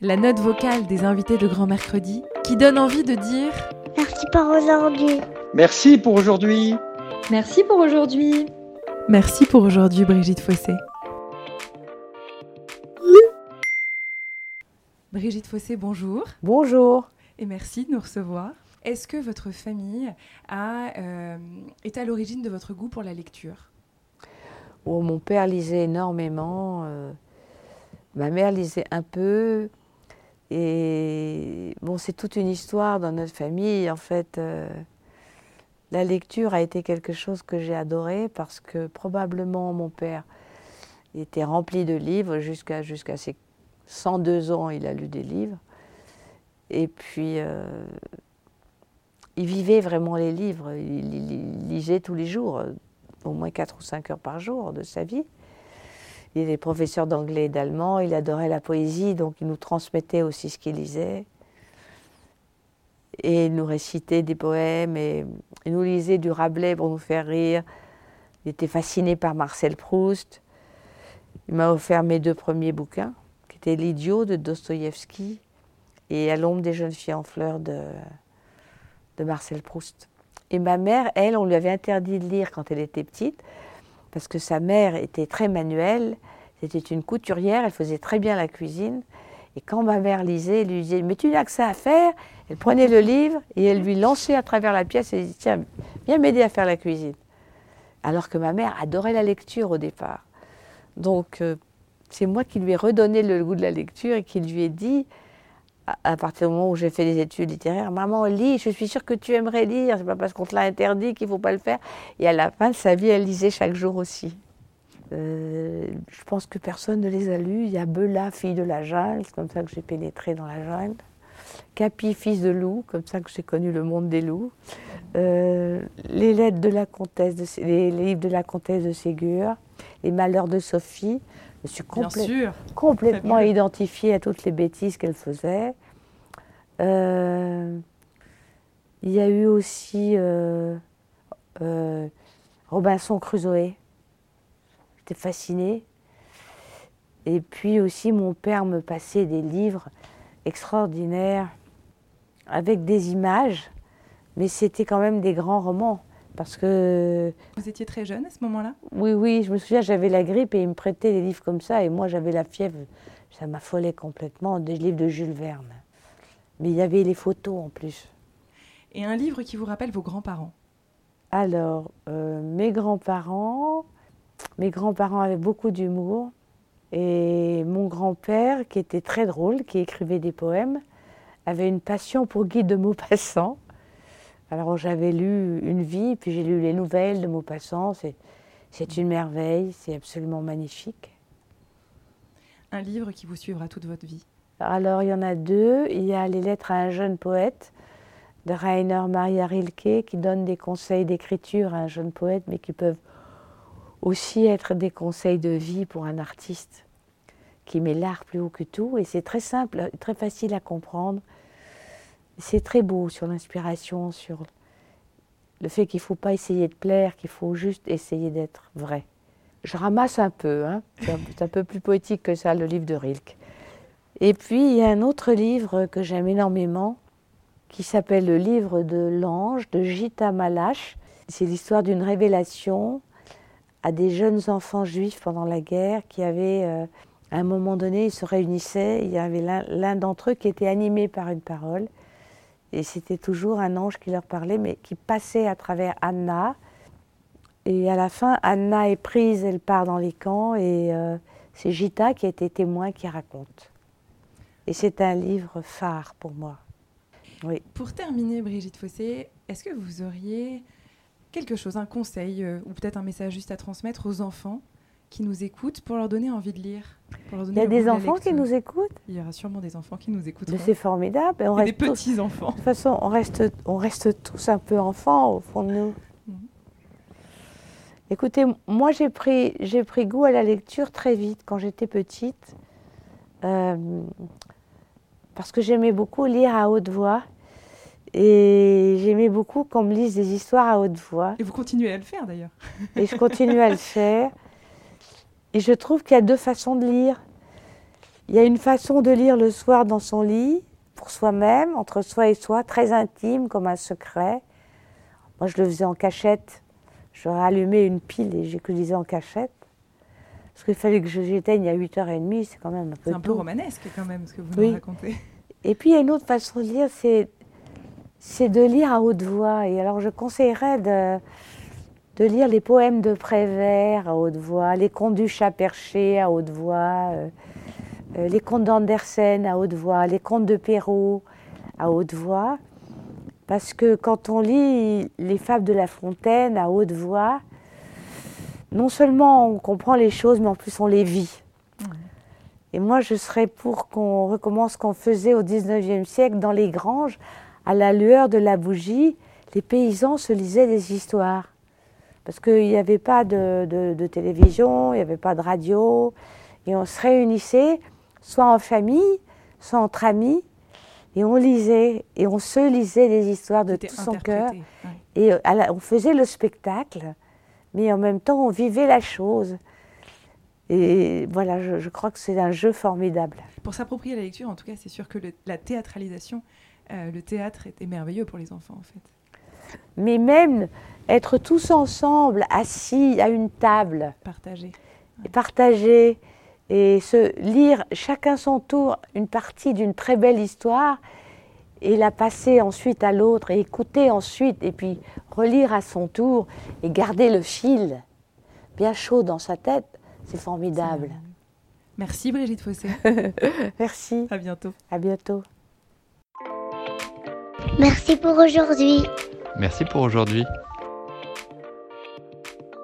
La note vocale des invités de Grand Mercredi qui donne envie de dire « Merci pour aujourd'hui ». Merci pour aujourd'hui. Merci pour aujourd'hui. Merci pour aujourd'hui, Brigitte Fossé. Brigitte Fossé, bonjour. Bonjour. Et merci de nous recevoir. Est-ce que votre famille est à l'origine de votre goût pour la lecture ? Oh, mon père lisait énormément, ma mère lisait un peu. Et bon, c'est toute une histoire dans notre famille. En fait, la lecture a été quelque chose que j'ai adoré parce que probablement mon père était rempli de livres. Jusqu'à ses 102 ans, il a lu des livres. Et puis, il vivait vraiment les livres. Il lisait tous les jours, au moins 4 ou 5 heures par jour de sa vie. Il était professeur d'anglais et d'allemand, il adorait la poésie, donc il nous transmettait aussi ce qu'il lisait. Et il nous récitait des poèmes, et il nous lisait du Rabelais pour nous faire rire. Il était fasciné par Marcel Proust. Il m'a offert mes 2 premiers bouquins, qui étaient L'Idiot de Dostoïevski et À l'ombre des jeunes filles en fleurs de Marcel Proust. Et ma mère, elle, on lui avait interdit de lire quand elle était petite, parce que sa mère était très manuelle, c'était une couturière, elle faisait très bien la cuisine. Et quand ma mère lisait, elle lui disait « Mais tu n'as que ça à faire ?» Elle prenait le livre et elle lui lançait à travers la pièce et elle disait « Tiens, viens m'aider à faire la cuisine. » Alors que ma mère adorait la lecture au départ. Donc c'est moi qui lui ai redonné le goût de la lecture et qui lui ai dit, à partir du moment où j'ai fait des études littéraires, « Maman, lis, je suis sûre que tu aimerais lire, c'est pas parce qu'on te l'a interdit qu'il ne faut pas le faire. » Et à la fin de sa vie, elle lisait chaque jour aussi. Je pense que personne ne les a lus. Il y a Bella, fille de la jungle, c'est comme ça que j'ai pénétré dans la jungle. Capi, fils de loup, comme ça que j'ai connu le monde des loups. Les lettres de la comtesse, les livres de la comtesse de Ségur, les malheurs de Sophie. Je suis complètement identifiée à toutes les bêtises qu'elle faisait. Il y a eu aussi Robinson Crusoe. J'étais fascinée. Et puis aussi, mon père me passait des livres extraordinaires avec des images, mais c'était quand même des grands romans. Parce que... Vous étiez très jeune à ce moment-là ? Oui, je me souviens, j'avais la grippe et il me prêtait des livres comme ça, et moi j'avais la fièvre. Ça m'affolait complètement, des livres de Jules Verne. Mais il y avait les photos en plus. Et un livre qui vous rappelle vos grands-parents ? Alors, mes grands-parents avaient beaucoup d'humour. Et mon grand-père, qui était très drôle, qui écrivait des poèmes, avait une passion pour Guy de Maupassant. Alors j'avais lu Une vie, puis j'ai lu les nouvelles de Maupassant. C'est une merveille, c'est absolument magnifique. Un livre qui vous suivra toute votre vie ? Alors il y en a 2. Il y a Les lettres à un jeune poète de Rainer Maria Rilke, qui donne des conseils d'écriture à un jeune poète, mais qui peuvent aussi être des conseils de vie pour un artiste qui met l'art plus haut que tout. Et c'est très simple, très facile à comprendre. C'est très beau sur l'inspiration, sur le fait qu'il ne faut pas essayer de plaire, qu'il faut juste essayer d'être vrai. Je ramasse un peu, hein. C'est un peu plus poétique que ça, le livre de Rilke. Et puis, il y a un autre livre que j'aime énormément, qui s'appelle Le livre de l'ange, de Gita Malache. C'est l'histoire d'une révélation à des jeunes enfants juifs pendant la guerre qui avaient, à un moment donné, ils se réunissaient, il y avait l'un d'entre eux qui était animé par une parole. Et c'était toujours un ange qui leur parlait, mais qui passait à travers Anna. Et à la fin, Anna est prise, elle part dans les camps, et c'est Gita qui a été témoin qui raconte. Et c'est un livre phare pour moi. Oui. Pour terminer, Brigitte Fossé, est-ce que vous auriez quelque chose, un conseil, ou peut-être un message juste à transmettre aux enfants qui nous écoutent pour leur donner envie de lire ? Il y a des enfants qui nous écoutent ? Il y aura sûrement des enfants qui nous écoutent. C'est formidable. Et des petits-enfants. De toute façon, on reste tous un peu enfants au fond de nous. Écoutez, moi j'ai pris goût à la lecture très vite quand j'étais petite, parce que j'aimais beaucoup lire à haute voix. Et j'aimais beaucoup qu'on me lise des histoires à haute voix. Et vous continuez à le faire d'ailleurs. Et je continue à le faire. Et je trouve qu'il y a 2 façons de lire. Il y a une façon de lire le soir dans son lit, pour soi-même, entre soi et soi, très intime, comme un secret. Moi, je le faisais en cachette. Je rallumais une pile et je lisais en cachette. Parce qu'il fallait que j'éteigne à 8h30, c'est quand même un peu tôt. C'est un peu romanesque quand même, ce que vous Oui. nous racontez. Et puis, il y a une autre façon de lire, c'est de lire à haute voix. Et alors, je conseillerais de lire les poèmes de Prévert à haute voix, les contes du chat perché à haute voix, les contes d'Andersen à haute voix, les contes de Perrault à haute voix. Parce que quand on lit les fables de La Fontaine à haute voix, non seulement on comprend les choses, mais en plus on les vit. Et moi, je serais pour qu'on recommence ce qu'on faisait au XIXe siècle dans les granges, à la lueur de la bougie, les paysans se lisaient des histoires. Parce qu'il n'y avait pas de télévision, il n'y avait pas de radio, et on se réunissait, soit en famille, soit entre amis, et on lisait, et on se lisait des histoires de tout son cœur. Ouais. Et on faisait le spectacle, mais en même temps, on vivait la chose. Et voilà, je crois que c'est un jeu formidable. Pour s'approprier la lecture, en tout cas, c'est sûr que la théâtralisation, le théâtre est merveilleux pour les enfants, en fait. Mais même être tous ensemble, assis à une table, Partager. et partager, et se lire chacun son tour une partie d'une très belle histoire, et la passer ensuite à l'autre, et écouter ensuite, et puis relire à son tour, et garder le fil bien chaud dans sa tête, c'est formidable. Merci Brigitte Fossé. Merci, À bientôt. à bientôt. Merci pour aujourd'hui. Merci pour aujourd'hui.